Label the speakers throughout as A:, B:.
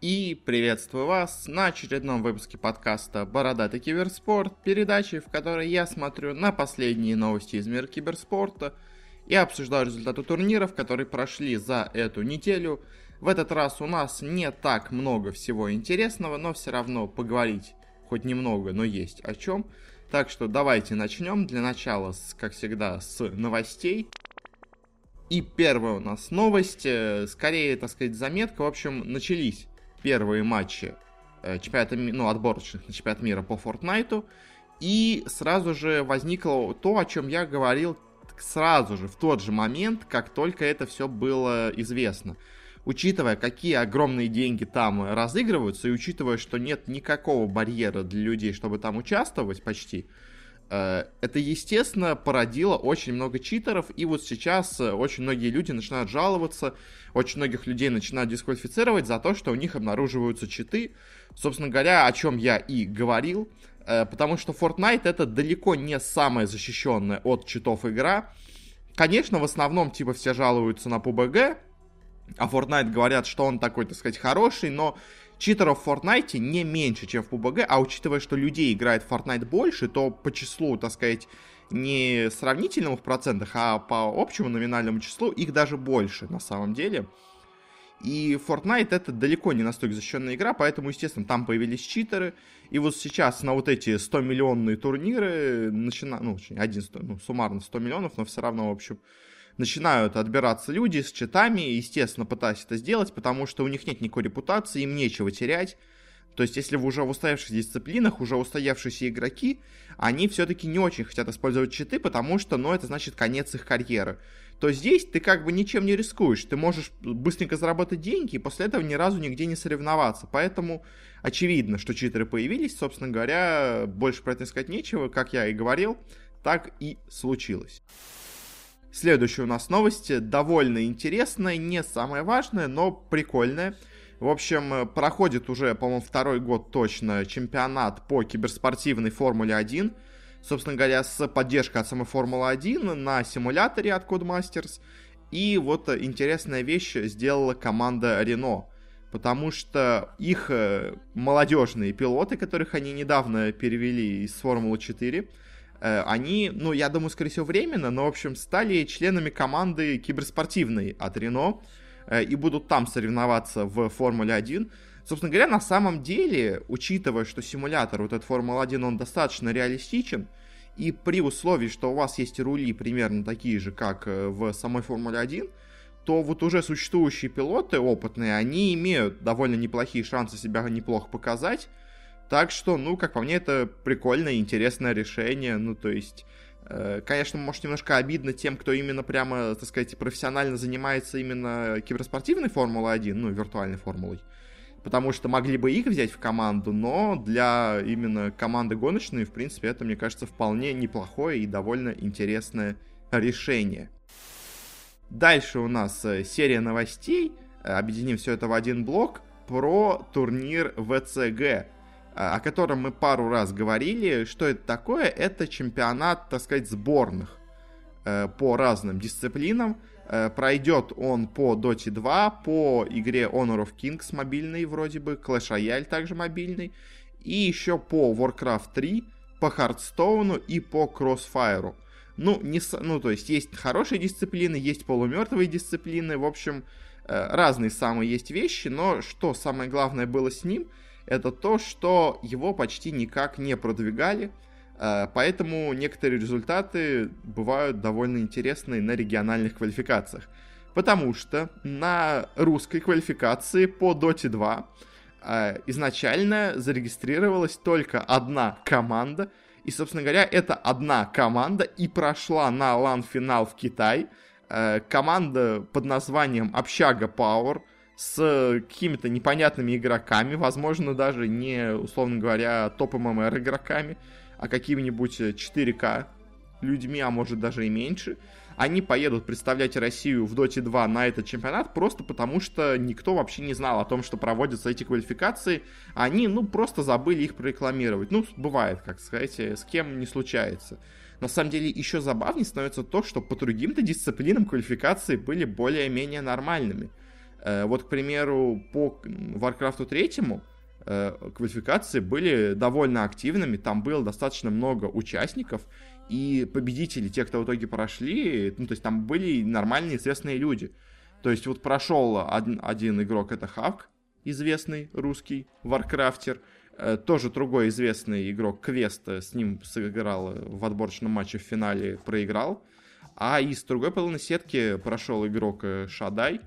A: И приветствую вас на очередном выпуске подкаста «Бородатый киберспорт», передачи, в которой я смотрю на последние новости из мира киберспорта и обсуждаю результаты турниров, которые прошли за эту неделю. В этот раз у нас не так много всего интересного, но все равно поговорить хоть немного, но есть о чем. Так что давайте начнем. Для начала, как всегда, с новостей. И первая у нас новость, скорее, так сказать, заметка. В общем, начались первые матчи чемпионата, отборочных на чемпионат мира по Fortnite. И сразу же возникло то, о чем я говорил сразу же, в тот же момент, как только это все было известно. Учитывая, какие огромные деньги там разыгрываются, и учитывая, что нет никакого барьера для людей, чтобы там участвовать почти, это, естественно, породило очень много читеров, и вот сейчас очень многие люди начинают жаловаться, очень многих людей начинают дисквалифицировать за то, что у них обнаруживаются читы, собственно говоря, о чем я и говорил, потому что Fortnite это далеко не самая защищенная от читов игра. Конечно, в основном, все жалуются на PUBG, а Fortnite говорят, что он такой, так сказать, хороший, но читеров в Fortnite не меньше, чем в PUBG, а учитывая, что людей играет в Fortnite больше, то по числу, так сказать, не сравнительному в процентах, а по общему номинальному числу их даже больше на самом деле. И Fortnite это далеко не настолько защищенная игра, поэтому, естественно, там появились читеры. И вот сейчас на вот эти 100-миллионные турниры, суммарно 100 миллионов, но все равно, в общем, начинают отбираться люди с читами, естественно, пытаясь это сделать, потому что у них нет никакой репутации, им нечего терять. То есть, если вы уже в устоявшихся дисциплинах, уже устоявшиеся игроки, они все-таки не очень хотят использовать читы, потому что, это значит конец их карьеры. То здесь ты как бы ничем не рискуешь, ты можешь быстренько заработать деньги и после этого ни разу нигде не соревноваться. Поэтому очевидно, что читеры появились, собственно говоря, больше про это сказать нечего, как я и говорил, так и случилось. Следующая у нас новость, довольно интересная, не самая важная, но прикольная. В общем, проходит уже, по-моему, второй год точно чемпионат по киберспортивной Формуле 1. Собственно говоря, с поддержкой от самой Формулы 1 на симуляторе от Codemasters. И вот интересная вещь сделала команда Renault. Потому что их молодежные пилоты, которых они недавно перевели из Формулы 4, они, я думаю, скорее всего, временно, но, в общем, стали членами команды киберспортивной от Renault и будут там соревноваться в Формуле 1. Собственно говоря, на самом деле, учитывая, что симулятор, вот этот Формула-1, он достаточно реалистичен, и при условии, что у вас есть рули примерно такие же, как в самой Формуле 1, то вот уже существующие пилоты опытные, они имеют довольно неплохие шансы себя неплохо показать. Так что, как по мне, это прикольное и интересное решение. Конечно, может, немножко обидно тем, кто именно прямо, так сказать, профессионально занимается именно киберспортивной Формулой 1, виртуальной формулой. Потому что могли бы их взять в команду, но для именно команды гоночной, в принципе, это, мне кажется, вполне неплохое и довольно интересное решение. Дальше у нас серия новостей. Объединим все это в один блок про турнир ВЦГ, о котором мы пару раз говорили. Что это такое? Это чемпионат, так сказать, сборных по разным дисциплинам. Пройдет он по Dota 2, по игре Honor of Kings мобильный вроде бы, Clash Royale также мобильный, и еще по Warcraft 3, по Hearthstone и по Crossfire. То есть есть хорошие дисциплины, есть полумертвые дисциплины, в общем, разные самые есть вещи, но что самое главное было с ним, это то, что его почти никак не продвигали, поэтому некоторые результаты бывают довольно интересные на региональных квалификациях. Потому что на русской квалификации по Dota 2 изначально зарегистрировалась только одна команда, и, собственно говоря, эта одна команда и прошла на LAN-финал в Китай. Команда под названием Общага Power, с какими-то непонятными игроками, возможно, даже не, условно говоря, топ-ММР игроками, а какими-нибудь 4К людьми, а может даже и меньше. Они поедут представлять Россию в Dota 2 на этот чемпионат просто потому, что никто вообще не знал о том, что проводятся эти квалификации. Они, просто забыли их прорекламировать. Бывает, как сказать, с кем не случается. На самом деле, еще забавнее становится то, что по другим-то дисциплинам квалификации были более-менее нормальными. Вот, к примеру, по Warcraft 3 квалификации были довольно активными, там было достаточно много участников, и победители, те, кто в итоге прошли, ну, то есть там были нормальные известные люди. То есть вот прошел один игрок, это Хавк, известный русский варкрафтер, тоже другой известный игрок Квест, с ним сыграл в отборочном матче в финале, проиграл. А из другой половины сетки прошел игрок Шадай,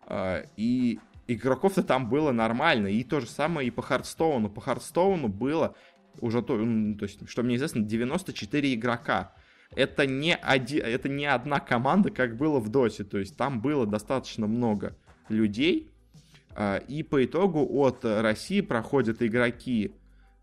A: и игроков-то там было нормально. И то же самое и по Хардстоуну. По Хардстоуну было уже, то есть, что мне известно, 94 игрока. Это не одна команда, как было в Доте. То есть там было достаточно много людей. И по итогу от России проходят игроки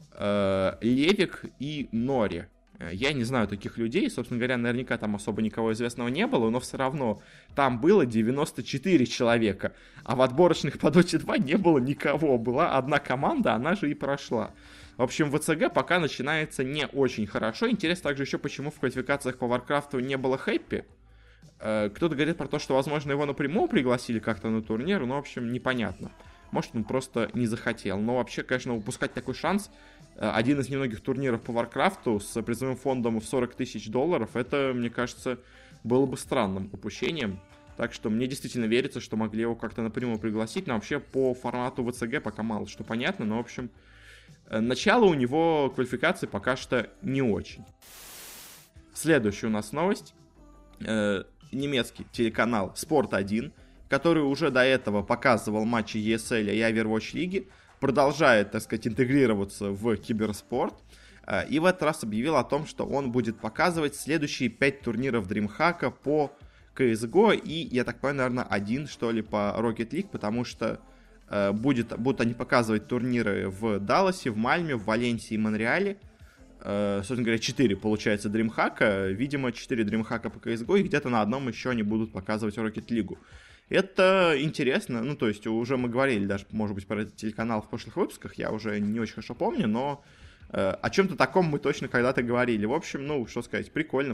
A: Левик и Нори. Я не знаю таких людей, собственно говоря, наверняка там особо никого известного не было, но все равно там было 94 человека, а в отборочных по Dota 2 не было никого, была одна команда, она же и прошла. В общем, в ВЦГ пока начинается не очень хорошо. Интересно также еще, почему в квалификациях по Варкрафту не было Хэппи. Кто-то говорит про то, что, возможно, его напрямую пригласили как-то на турнир, но, в общем, непонятно. Может, он просто не захотел. Но вообще, конечно, упускать такой шанс. Один из немногих турниров по Варкрафту с призовым фондом в $40 тысяч, это, мне кажется, было бы странным упущением. Так что мне действительно верится, что могли его как-то напрямую пригласить. Но вообще по формату ВЦГ пока мало что понятно. Но, в общем, начало у него квалификации пока что не очень. Следующая у нас новость. Немецкий телеканал Sport1, который уже до этого показывал матчи ESL и Overwatch лиги, продолжает, так сказать, интегрироваться в киберспорт. И в этот раз объявил о том, что он будет показывать следующие 5 турниров DreamHack по CSGO и, я так понимаю, наверное, один, что ли, по Rocket League, потому что будут они показывать турниры в Далласе, в Мальме, в Валенсии и Монреале. Собственно говоря, 4, получается, DreamHack. Видимо, 4 DreamHack по CSGO, и где-то на одном еще они будут показывать Rocket League. Это интересно, ну, то есть, уже мы говорили даже, может быть, про этот телеканал в прошлых выпусках, я уже не очень хорошо помню, но о чем-то таком мы точно когда-то говорили. В общем, ну, что сказать, прикольно.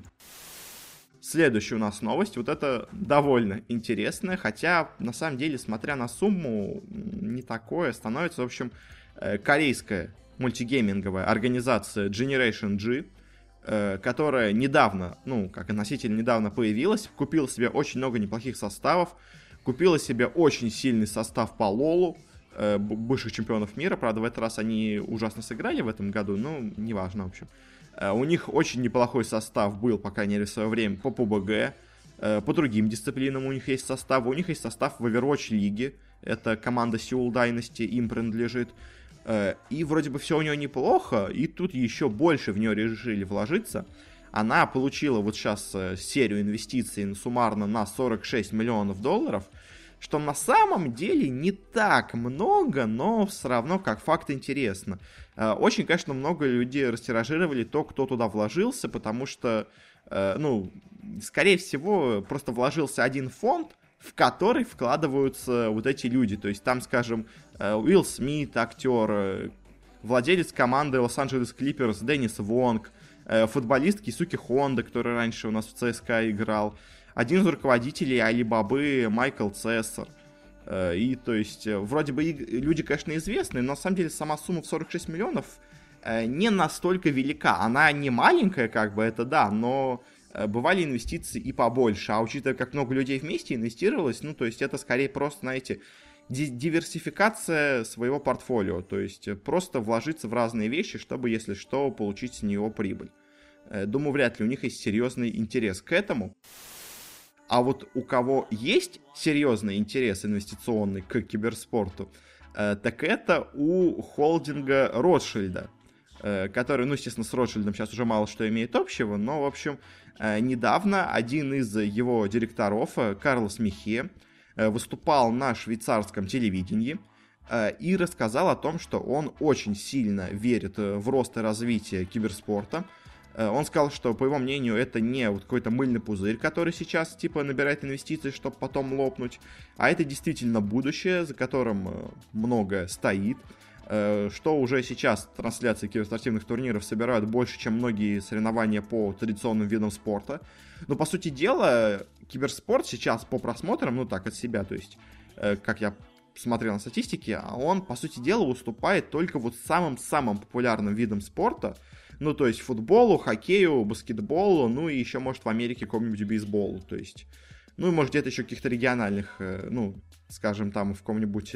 A: Следующая у нас новость, вот это довольно интересная, хотя, на самом деле, смотря на сумму, не такое становится, в общем, корейская мультигейминговая организация Generation G, которая недавно, ну, как относительно недавно появилась, купила себе очень много неплохих составов, купила себе очень сильный состав по Лолу, бывших чемпионов мира, правда, в этот раз они ужасно сыграли в этом году, ну, неважно, в общем. У них очень неплохой состав был, по крайней мере, в свое время по PUBG, по другим дисциплинам у них есть состав в Overwatch лиге, это команда Seoul Dynasty, им принадлежит. И вроде бы все у нее неплохо, и тут еще больше в нее решили вложиться. Она получила вот сейчас серию инвестиций суммарно на $46 миллионов, что на самом деле не так много, но все равно как факт интересно. Очень, конечно, много людей растиражировали то, кто туда вложился, потому что, ну, скорее всего, просто вложился один фонд, в который вкладываются вот эти люди. То есть там, скажем, Уилл Смит, актер, владелец команды Лос-Анджелес Клиперс Деннис Вонг, футболист Кисуки Хонда, который раньше у нас в ЦСКА играл, один из руководителей Алибабы Майкл Цессар. И, то есть, вроде бы люди, конечно, известные, но на самом деле сама сумма в 46 миллионов не настолько велика. Она не маленькая, как бы, это да, но бывали инвестиции и побольше. А учитывая, как много людей вместе инвестировалось, ну, то есть, это скорее просто, знаете, диверсификация своего портфолио. То есть, просто вложиться в разные вещи, чтобы, если что, получить с него прибыль. Думаю, вряд ли у них есть серьезный интерес к этому. А вот у кого есть серьезный интерес инвестиционный к киберспорту, так это у холдинга Ротшильда, который, ну, естественно, с Ротшильдом сейчас уже мало что имеет общего, но, в общем, недавно один из его директоров, Карлос Михе, выступал на швейцарском телевидении и рассказал о том, что он очень сильно верит в рост и развитие киберспорта. Он сказал, что, по его мнению, это не вот какой-то мыльный пузырь, который сейчас, типа, набирает инвестиции, чтобы потом лопнуть, а это действительно будущее, за которым многое стоит, что уже сейчас трансляции киберспортивных турниров собирают больше, чем многие соревнования по традиционным видам спорта. Но, по сути дела, киберспорт сейчас по просмотрам, ну так, от себя, то есть, как я смотрел на статистике, он, по сути дела, уступает только вот самым-самым популярным видам спорта, ну, то есть футболу, хоккею, баскетболу, ну, и еще, может, в Америке какому-нибудь бейсболу, то есть, ну, и, может, где-то еще каких-то региональных, ну, скажем, там, в каком-нибудь,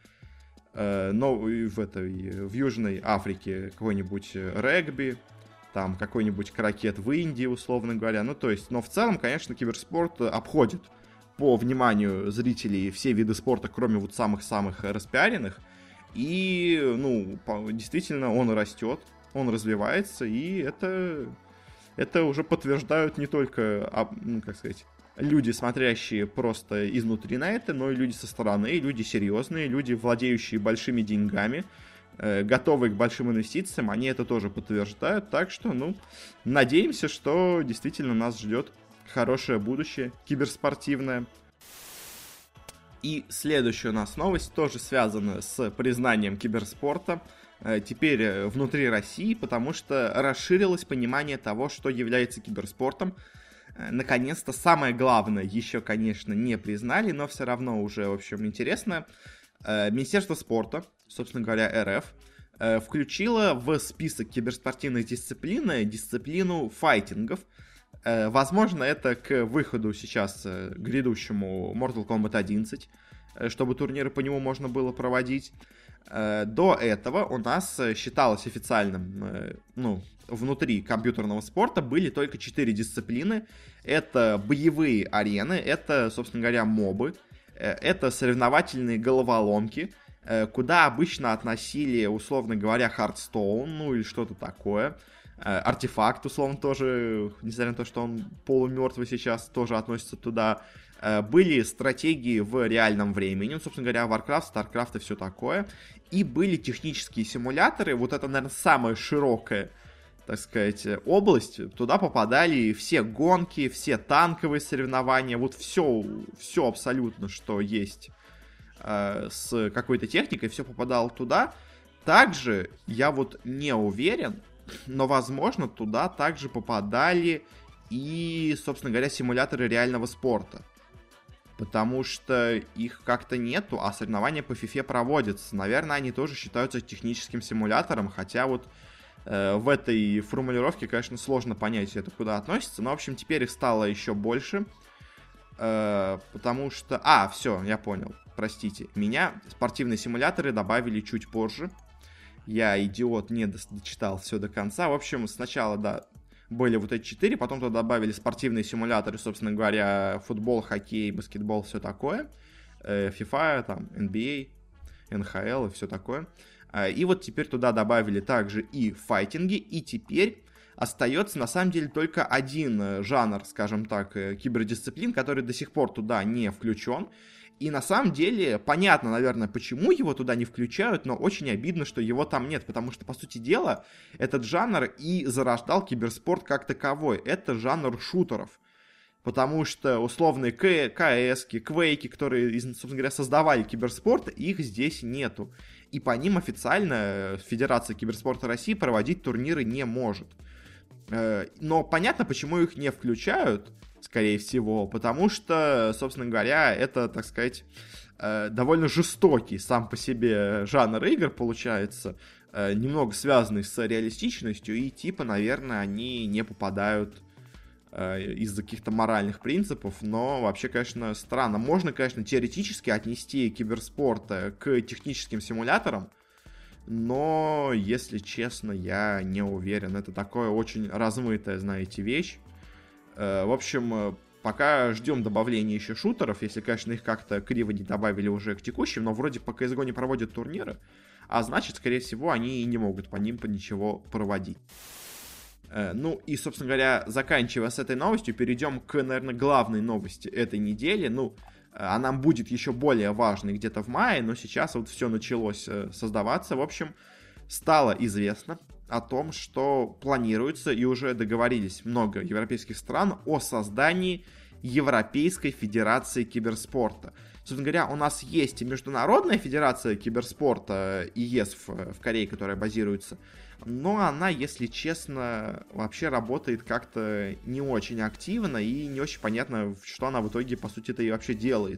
A: в Южной Африке какой-нибудь регби, там, какой-нибудь крокет в Индии, условно говоря, ну, то есть, но в целом, конечно, киберспорт обходит по вниманию зрителей все виды спорта, кроме вот самых-самых распиаренных. И, ну, действительно, он растет, он развивается, и это уже подтверждают не только, ну, как сказать, люди, смотрящие просто изнутри на это, но и люди со стороны, люди серьезные, люди, владеющие большими деньгами, готовые к большим инвестициям, они это тоже подтверждают. Так что, ну, надеемся, что действительно нас ждет хорошее будущее киберспортивное. И следующая у нас новость тоже связана с признанием киберспорта. Теперь внутри России, потому что расширилось понимание того, что является киберспортом. Наконец-то самое главное еще, конечно, не признали, но все равно уже, в общем, интересно. Министерство спорта, собственно говоря, РФ, включило в список киберспортивных дисциплин дисциплину файтингов. Возможно, это к выходу сейчас грядущему Mortal Kombat 11, чтобы турниры по нему можно было проводить. До этого у нас считалось официальным, ну, внутри компьютерного спорта были только 4 дисциплины. Это боевые арены, это, собственно говоря, мобы, это соревновательные головоломки, куда обычно относили, условно говоря, Hearthstone, ну или что-то такое. Артефакт, условно, тоже, несмотря на то, что он полумертвый сейчас, тоже относится туда. Были стратегии в реальном времени, ну, собственно говоря, Warcraft, Starcraft и все такое. И были технические симуляторы, вот это, наверное, самая широкая, так сказать, область. Туда попадали все гонки, все танковые соревнования, вот все абсолютно, что есть с какой-то техникой, все попадало туда. Также я вот не уверен, но, возможно, туда также попадали и, собственно говоря, симуляторы реального спорта. Потому что их как-то нету, а соревнования по FIFA проводятся. Наверное, они тоже считаются техническим симулятором, хотя вот в этой формулировке, конечно, сложно понять, это куда относится. Но, в общем, теперь их стало еще больше. Потому что... все, я понял. Простите. Меня спортивные симуляторы добавили чуть позже. Я, идиот, не дочитал все до конца. В общем, сначала, да, были вот эти 4, потом туда добавили спортивные симуляторы, собственно говоря, футбол, хоккей, баскетбол, все такое. FIFA, там, NBA, NHL и все такое. И вот теперь туда добавили также и файтинги, и теперь остается, на самом деле, только один жанр, скажем так, кибердисциплин, который до сих пор туда не включен. И на самом деле, понятно, наверное, почему его туда не включают, но очень обидно, что его там нет, потому что, по сути дела, этот жанр и зарождал киберспорт как таковой. Это жанр шутеров. Потому что условные КС-ки, Квейки, которые, собственно говоря, создавали киберспорт, их здесь нету. И по ним официально Федерация киберспорта России проводить турниры не может. Но понятно, почему их не включают, скорее всего, потому что, собственно говоря, это, так сказать, довольно жестокий сам по себе жанр игр получается, немного связанный с реалистичностью, и типа, наверное, они не попадают из-за каких-то моральных принципов, но вообще, конечно, странно. Можно, конечно, теоретически отнести киберспорт к техническим симуляторам, но, если честно, я не уверен. Это такое очень размытая, знаете, вещь. В общем, пока ждем добавления еще шутеров, если, конечно, их как-то криво не добавили уже к текущим, но вроде по CSGO не проводят турниры, а значит, скорее всего, они и не могут по ним ничего проводить. Ну и, собственно говоря, заканчивая с этой новостью, перейдем к, наверное, главной новости этой недели. Ну, она будет еще более важной где-то в мае, но сейчас вот все началось создаваться. В общем, стало известно о том, что планируется и уже договорились много европейских стран о создании Европейской Федерации Киберспорта. Собственно говоря, у нас есть и Международная Федерация Киберспорта, ИЕСФ в Корее, которая базируется, но она, если честно, вообще работает как-то не очень активно и не очень понятно, что она в итоге, по сути-то, и вообще делает.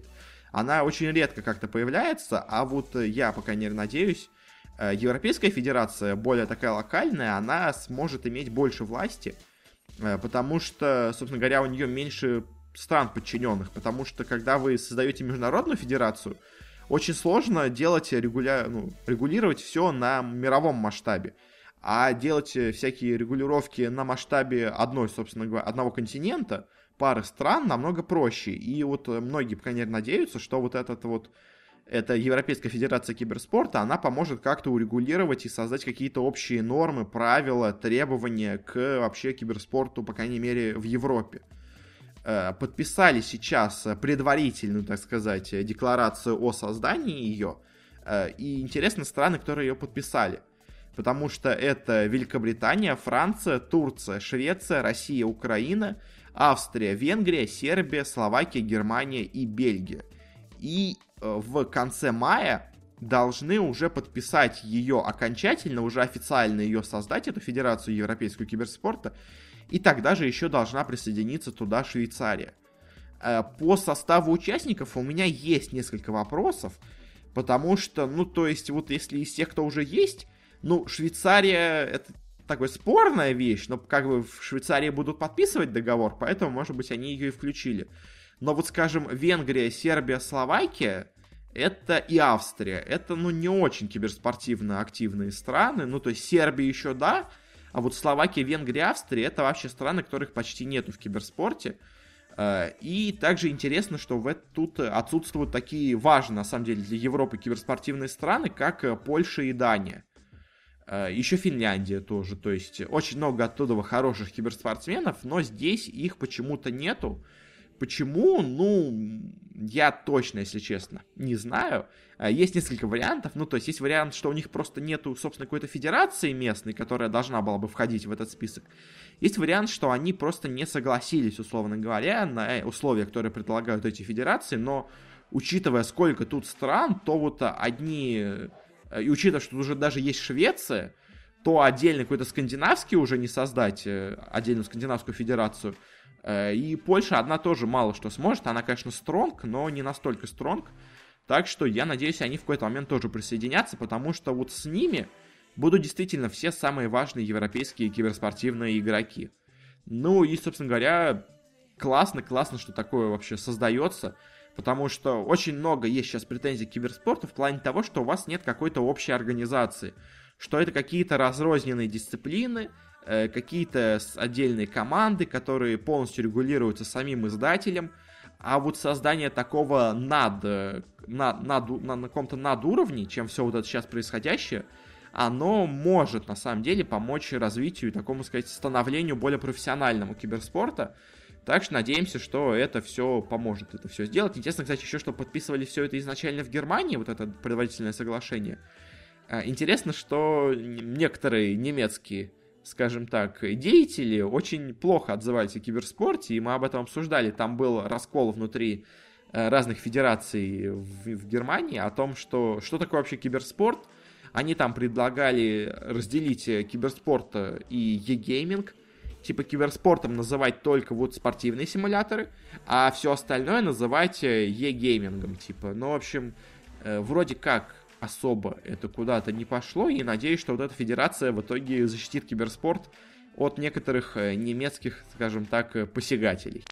A: она очень редко как-то появляется, а вот я, по крайней мере, надеюсь, Европейская федерация, более такая локальная, она сможет иметь больше власти, потому что, собственно говоря, у нее меньше стран подчиненных, потому что, когда вы создаете международную федерацию, очень сложно регулировать все на мировом масштабе. А делать всякие регулировки на масштабе одного континента, пары стран, намного проще. И вот многие, по крайней мере, надеются, что эта Европейская Федерация Киберспорта, она поможет как-то урегулировать и создать какие-то общие нормы, правила, требования к вообще киберспорту, по крайней мере, в Европе. Подписали сейчас предварительную, так сказать, декларацию о создании ее. И интересно, страны, которые ее подписали. Потому что это Великобритания, Франция, Турция, Швеция, Россия, Украина, Австрия, Венгрия, Сербия, Словакия, Германия и Бельгия. И в конце мая должны уже подписать ее окончательно, уже официально ее создать, эту Федерацию Европейского киберспорта. И тогда же еще должна присоединиться туда Швейцария. По составу участников у меня есть несколько вопросов, потому что, если из тех, кто уже есть, Швейцария — это такая спорная вещь, но как бы в Швейцарии будут подписывать договор, поэтому, может быть, они ее и включили. Но вот, скажем, Венгрия, Сербия, Словакия, это и Австрия, это, не очень киберспортивно активные страны, то есть Сербия еще да, а вот Словакия, Венгрия, Австрия — это вообще страны, которых почти нету в киберспорте. И также интересно, что тут отсутствуют такие важные, на самом деле, для Европы киберспортивные страны, как Польша и Дания. Еще Финляндия тоже, то есть очень много оттуда хороших киберспортсменов, но здесь их почему-то нету. Почему? Я точно, если честно, не знаю. Есть несколько вариантов, то есть есть вариант, что у них просто нету, собственно, какой-то федерации местной, которая должна была бы входить в этот список. Есть вариант, что они просто не согласились, условно говоря, на условия, которые предлагают эти федерации, но учитывая, сколько тут стран, то и учитывая, что уже даже есть Швеция, то отдельно какой-то скандинавский уже не создать, отдельную скандинавскую федерацию. И Польша одна тоже мало что сможет. Она, конечно, стронг, но не настолько стронг. Так что я надеюсь, они в какой-то момент тоже присоединятся, потому что вот с ними будут действительно все самые важные европейские киберспортивные игроки. И, собственно говоря, классно, что такое вообще создается. Потому что очень много есть сейчас претензий к киберспорту в плане того, что у вас нет какой-то общей организации. Что это какие-то разрозненные дисциплины, какие-то отдельные команды, которые полностью регулируются самим издателем. А вот создание такого на каком-то надуровне, чем все вот это сейчас происходящее, оно может на самом деле помочь развитию и такому, сказать, становлению более профессиональному киберспорта. Так что надеемся, что это все поможет это все сделать. Интересно, кстати, еще, что подписывали все это изначально в Германии, вот это предварительное соглашение. Интересно, что некоторые немецкие, скажем так, деятели очень плохо отзывались о киберспорте, и мы об этом обсуждали. Там был раскол внутри разных федераций в Германии о том, что такое вообще киберспорт. Они там предлагали разделить киберспорт и e-гейминг. Типа киберспортом называть только вот спортивные симуляторы, а все остальное называть e-геймингом. В общем, вроде как особо это куда-то не пошло, и надеюсь, что вот эта федерация в итоге защитит киберспорт от некоторых немецких, скажем так, посягателей.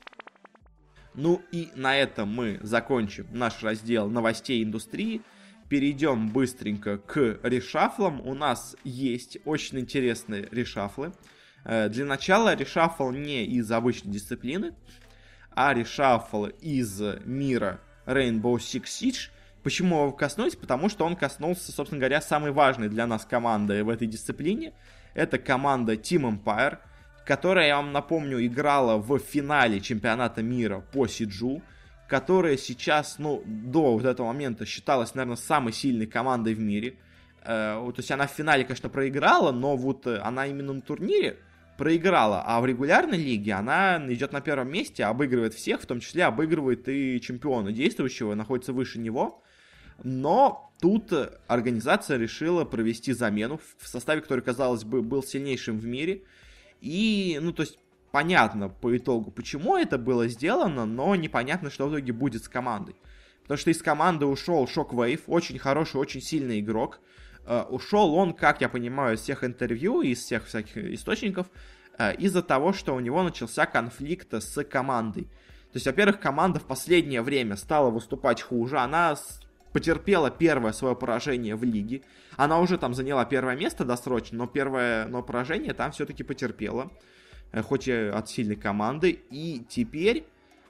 A: И на этом мы закончим наш раздел новостей индустрии. Перейдем быстренько к решафлам. У нас есть очень интересные решафлы. Для начала решафл не из обычной дисциплины, а решафл из мира Rainbow Six Siege. Почему его коснулись? Потому что он коснулся, собственно говоря, самой важной для нас команды в этой дисциплине. Это команда Team Empire, которая, я вам напомню, играла в финале чемпионата мира по Сиджу, которая сейчас, до вот этого момента считалась, наверное, самой сильной командой в мире. То есть она в финале, конечно, проиграла, но вот она именно на турнире проиграла, а в регулярной лиге она идет на первом месте, обыгрывает всех, в том числе обыгрывает и чемпиона действующего, находится выше него. Но тут организация решила провести замену в составе, который, казалось бы, был сильнейшим в мире. И, то есть, понятно по итогу, почему это было сделано, но непонятно, что в итоге будет с командой. Потому что из команды ушел Shockwave, очень хороший, очень сильный игрок. Ушел он, как я понимаю, из всех интервью, из всех всяких источников, из-за того, что у него начался конфликт с командой. То есть, во-первых, команда в последнее время стала выступать хуже, она потерпела первое свое поражение в лиге. Она уже там заняла первое место досрочно, но поражение там все-таки потерпела, хоть и от сильной команды. И теперь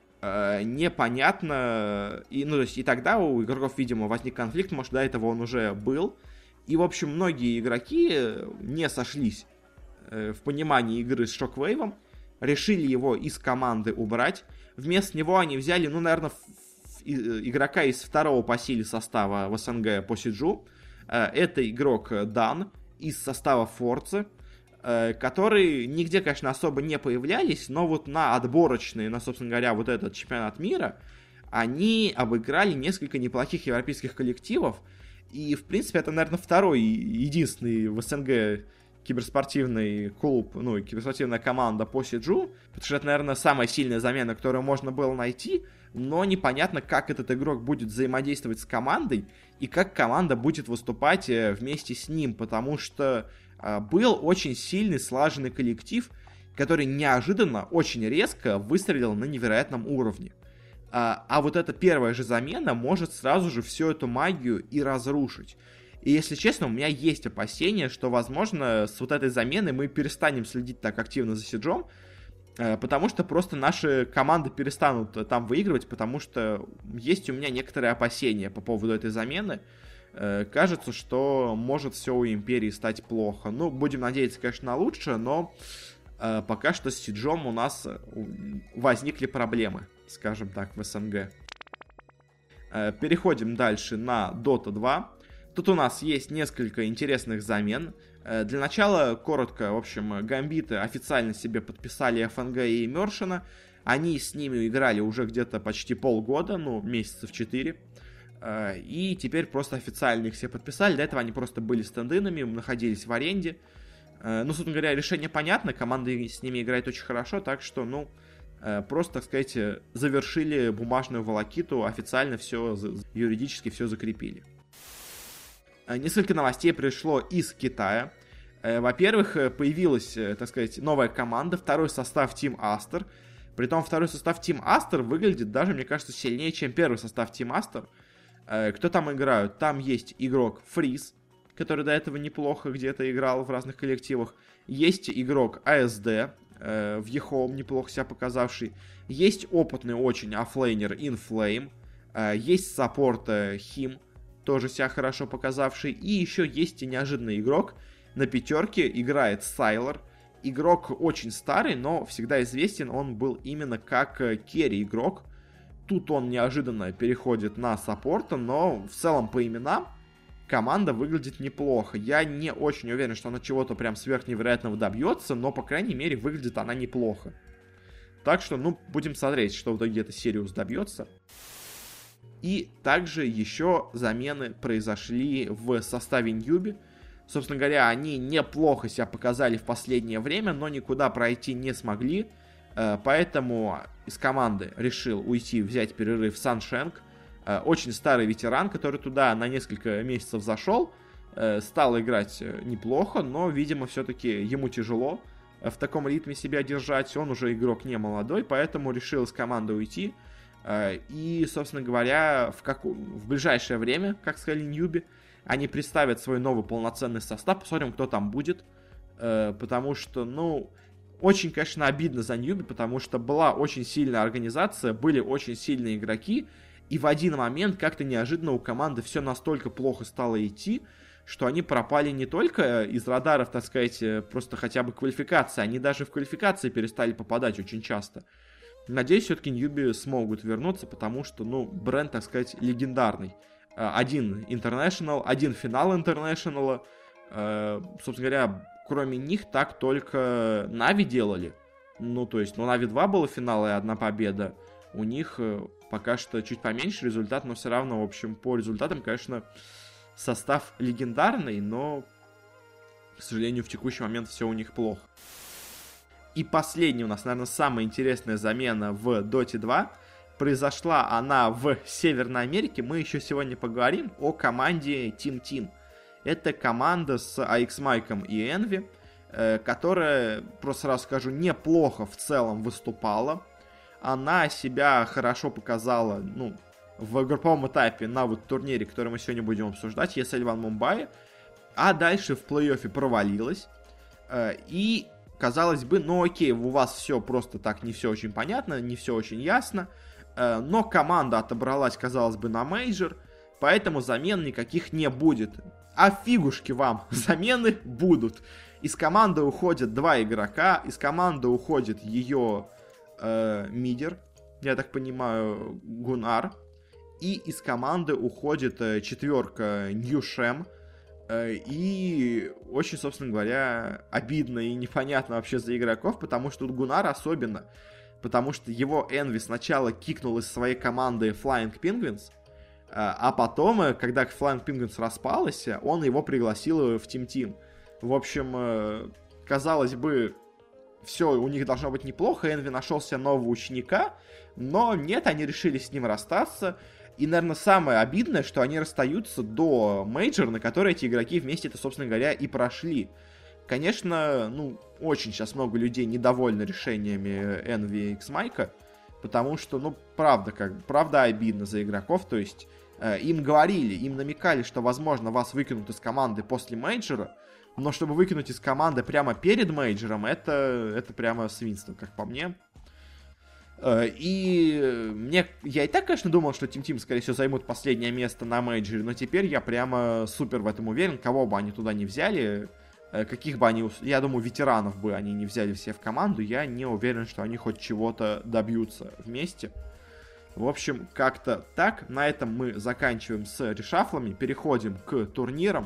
A: непонятно, и тогда у игроков, видимо, возник конфликт, может, до этого он уже был. И, в общем, многие игроки не сошлись в понимании игры с Шоквейвом, решили его из команды убрать. Вместо него они взяли, наверное, игрока из второго по силе состава в СНГ по Сиджу. Это игрок Дан из состава Форцы, которые нигде, конечно, особо не появлялись, но вот на отборочные, собственно говоря, вот этот чемпионат мира, они обыграли несколько неплохих европейских коллективов. И, в принципе, это, наверное, второй единственный в СНГ киберспортивный клуб, киберспортивная команда по Сиджу, потому что это, наверное, самая сильная замена, которую можно было найти, но непонятно, как этот игрок будет взаимодействовать с командой и как команда будет выступать вместе с ним, потому что был очень сильный, слаженный коллектив, который неожиданно, очень резко выстрелил на невероятном уровне. А вот эта первая же замена может сразу же всю эту магию и разрушить. И, если честно, у меня есть опасения, что, возможно, с вот этой заменой мы перестанем следить так активно за Сиджом, потому что просто наши команды перестанут там выигрывать, потому что есть у меня некоторые опасения по поводу этой замены. Кажется, что может все у Империи стать плохо. Будем надеяться, конечно, на лучшее, но пока что с Сиджом у нас возникли проблемы, скажем так, в СНГ. Переходим дальше на Dota 2. Тут у нас есть несколько интересных замен. Для начала, коротко, в общем, Гамбиты официально себе подписали ФНГ и Мершина. Они с ними играли уже где-то почти полгода, месяцев 4. И теперь просто официально их все подписали. До этого они просто были стендинами, находились в аренде. Собственно говоря, решение понятно, команда с ними играет очень хорошо, так что, просто, так сказать, завершили бумажную волокиту, официально все, юридически все закрепили. Несколько новостей пришло из Китая. Во-первых, появилась, так сказать, новая команда, второй состав Team Aster. Притом второй состав Team Aster выглядит даже, мне кажется, сильнее, чем первый состав Team Aster. Кто там играют? Там есть игрок Фриз, который до этого неплохо где-то играл в разных коллективах. Есть игрок АСД, в Ехом неплохо себя показавший. Есть опытный очень оффлейнер Inflame. Есть саппорт Хим, тоже себя хорошо показавший. И еще есть и неожиданный игрок. На пятерке играет Сайлор. Игрок очень старый, но всегда известен он был именно как керри-игрок. Тут он неожиданно переходит на саппорта, но в целом по именам команда выглядит неплохо. Я не очень уверен, что она чего-то прям сверхневероятного добьется, но, по крайней мере, выглядит она неплохо. Так что, будем смотреть, что в итоге эта Сириус добьется. И также еще замены произошли в составе Ньюби. Собственно говоря, они неплохо себя показали в последнее время, но никуда пройти не смогли. Поэтому из команды решил уйти, взять перерыв Саншенк. Очень старый ветеран, который туда на несколько месяцев зашел. Стал играть неплохо, но, видимо, все-таки ему тяжело в таком ритме себя держать. Он уже игрок не молодой, поэтому решил из команды уйти. И, собственно говоря, в ближайшее время, как сказали Ньюби, они представят свой новый полноценный состав. Посмотрим, кто там будет. Потому что, очень, конечно, обидно за Ньюби, потому что была очень сильная организация, были очень сильные игроки. И в один момент как-то неожиданно у команды все настолько плохо стало идти, что они пропали не только из радаров, так сказать, просто хотя бы квалификации. Они даже в квалификации перестали попадать очень часто. Надеюсь, все-таки Ньюби смогут вернуться, потому что, бренд, так сказать, легендарный. Один International, один финал International. Собственно говоря, кроме них так только Нави делали. То есть, Нави 2 было финал и одна победа. У них пока что чуть поменьше результат, но все равно, в общем, по результатам, конечно, состав легендарный, но, к сожалению, в текущий момент все у них плохо. И последняя у нас, наверное, самая интересная замена в Dota 2.
B: произошла она в Северной Америке. Мы еще сегодня поговорим о команде Team Team. Это команда с AX Майком и Envy, которая, просто сразу скажу, неплохо в целом выступала. Она себя хорошо показала, в групповом этапе на вот турнире, который мы сегодня будем обсуждать, ESL One Mumbai, а дальше в плей-оффе провалилась. И, казалось бы, окей, у вас все просто так не все очень понятно, не все очень ясно, но команда отобралась, казалось бы, на мейджор, поэтому замен никаких не будет. А фигушки вам, замены будут. Из команды уходят 2 игрока, из команды уходит ее мидер, я так понимаю, Гунар, и из команды уходит 4 Ньюшем. И очень, собственно говоря, обидно и непонятно вообще за игроков, потому что тут Гунар особенно, потому что его Envy сначала кикнул из своей команды Flying Penguins, а потом, когда Flying Penguins распалась, он его пригласил в Team Team. В общем, казалось бы, все у них должно быть неплохо, Envy нашел себе нового ученика, но нет, они решили с ним расстаться. И, наверное, самое обидное, что они расстаются до мейджора, на который эти игроки вместе-то, собственно говоря, и прошли. Конечно, очень сейчас много людей недовольны решениями Envy и X-Mike, потому что, правда обидно за игроков. То есть, им говорили, им намекали, что, возможно, вас выкинут из команды после мейджора, но чтобы выкинуть из команды прямо перед мейджором, это прямо свинство, как по мне. И я и так, конечно, думал, что Team Team, скорее всего, займут последнее место на мейджоре, но теперь я прямо супер в этом уверен. Кого бы они туда не взяли, каких бы они, я думаю, ветеранов бы они не взяли все в команду, я не уверен, что они хоть чего-то добьются вместе. В общем, как-то так. На этом мы заканчиваем с решафлами, переходим к турнирам.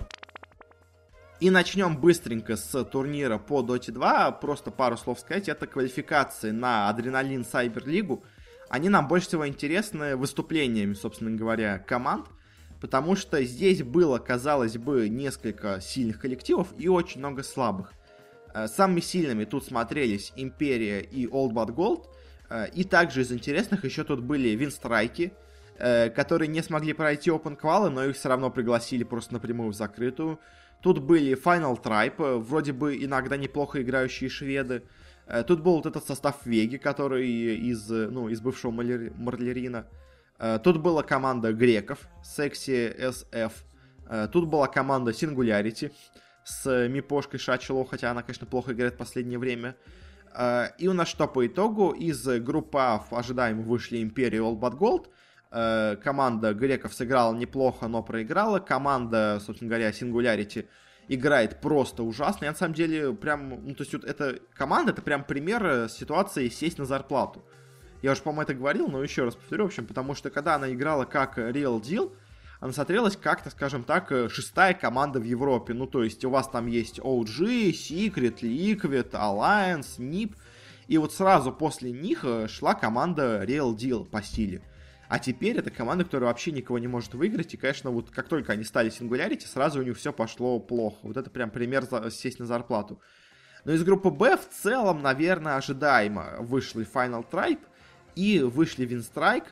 B: И начнем быстренько с турнира по Dota 2. Просто пару слов сказать. Это квалификации на Адреналин Сайбер Лигу. Они нам больше всего интересны выступлениями, собственно говоря, команд. Потому что здесь было, казалось бы, несколько сильных коллективов и очень много слабых. Самыми сильными тут смотрелись Империя и Old Blood Gold. И также из интересных еще тут были Винстрайки, которые не смогли пройти Open Qual, но их все равно пригласили просто напрямую в закрытую. Тут были Final Tribe, вроде бы иногда неплохо играющие шведы. Тут был вот этот состав Веги, который из бывшего Марлерина. Тут была команда греков, Sexy SF. Тут была команда Singularity с Мипошкой Шачело, хотя она, конечно, плохо играет в последнее время. И у нас что по итогу? Из группы А ожидаемо вышли Империя и All But Gold. Команда греков сыграла неплохо, но проиграла. Команда, собственно говоря, Singularity играет просто ужасно. Я на самом деле прям, то есть вот эта команда, это прям пример ситуации сесть на зарплату. Я уже, по-моему, это говорил, но еще раз повторю, в общем, потому что когда она играла как Real Deal, она смотрелась как-то, скажем так, 6-я команда в Европе. То есть у вас там есть OG, Secret, Liquid, Alliance, NiP. И вот сразу после них шла команда Real Deal по стиле. А теперь это команда, которая вообще никого не может выиграть. И, конечно, вот как только они стали Singularity, сразу у них все пошло плохо. Вот это прям пример сесть на зарплату. Но из группы Б в целом, наверное, ожидаемо вышли Final Tribe и вышли Winstrike.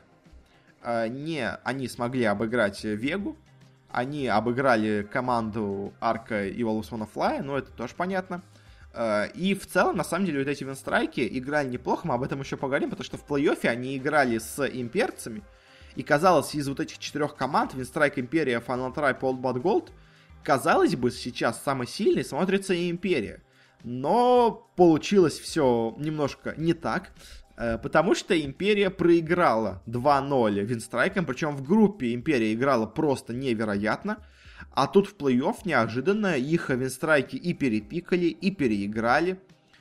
B: Они смогли обыграть Вегу. Они обыграли команду Арка и Волос Монофлая, но это тоже понятно. И в целом, на самом деле, вот эти Винстрайки играли неплохо, мы об этом еще поговорим, потому что в плей-оффе они играли с имперцами, и казалось, из вот этих 4 команд, Винстрайк, Империя, Final Tribe, Old Blood Gold, казалось бы, сейчас самой сильной смотрится и Империя. Но получилось все немножко не так, потому что Империя проиграла 2-0 Винстрайком, причем в группе Империя играла просто невероятно. А тут в плей-офф неожиданно их Винстрайки и перепикали, и переиграли.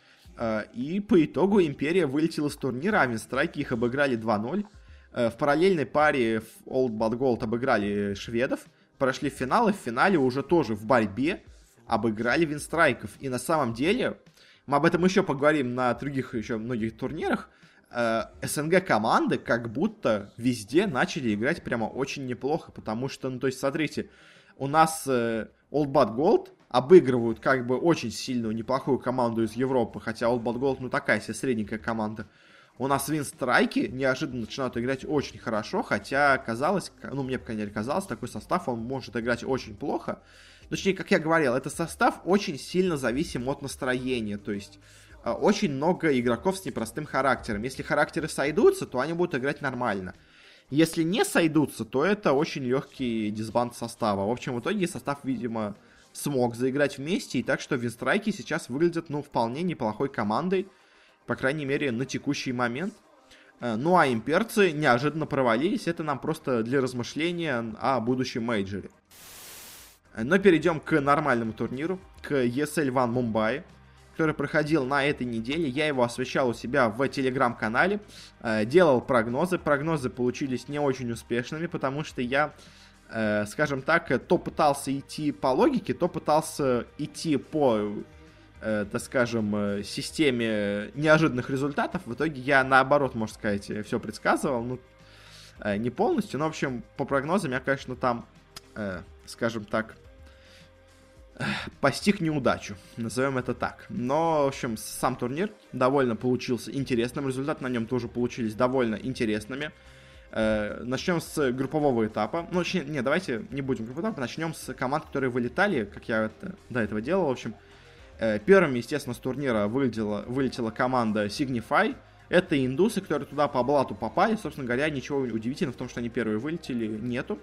B: И по итогу Империя вылетела с турнира, а Винстрайки их обыграли 2-0. В параллельной паре Old Blood Gold обыграли шведов, прошли в финал, и в финале уже тоже в борьбе обыграли Винстрайков. И на самом деле, мы об этом еще поговорим на других еще многих турнирах, СНГ команды как будто везде начали играть прямо очень неплохо, потому что, то есть, смотрите, у нас Old Blood Gold обыгрывают как бы очень сильную, неплохую команду из Европы, хотя Old Blood Gold, такая себе средненькая команда. У нас Винстрайки неожиданно начинают играть очень хорошо, хотя казалось, ну, мне, по крайней мере, казалось, такой состав, он может играть очень плохо. Точнее, как я говорил, этот состав очень сильно зависим от настроения, то есть очень много игроков с непростым характером. Если характеры сойдутся, то они будут играть нормально. Если не сойдутся, то это очень легкий дисбанд состава. В общем, в итоге состав, видимо, смог заиграть вместе, и так что Винстрайки сейчас выглядят, ну, вполне неплохой командой, по крайней мере, на текущий момент. Ну, а имперцы неожиданно провалились, это нам просто для размышления о будущем мейджоре. Но перейдем к нормальному турниру, к ESL One Mumbai, который проходил на этой неделе. Я его освещал у себя в телеграм-канале, делал прогнозы. Прогнозы получились не очень успешными, потому что я, скажем так, то пытался идти по логике, то пытался идти по, так скажем, системе неожиданных результатов. В итоге я, наоборот, можно сказать, все предсказывал. Ну, не полностью, но, в общем, по прогнозам я, конечно, там, скажем так, постиг неудачу, назовем это так. Но, в общем, сам турнир довольно получился интересным, результаты на нем тоже получились довольно интересными. Начнем с группового этапа. Ну, не, давайте не будем группового этапа, начнем с команд, которые вылетали, как я это до этого делал. В общем, первыми, естественно, с турнира вылетела команда Signify. Это индусы, которые туда по блату попали. Собственно говоря, ничего удивительного в том, что они первые вылетели, нету.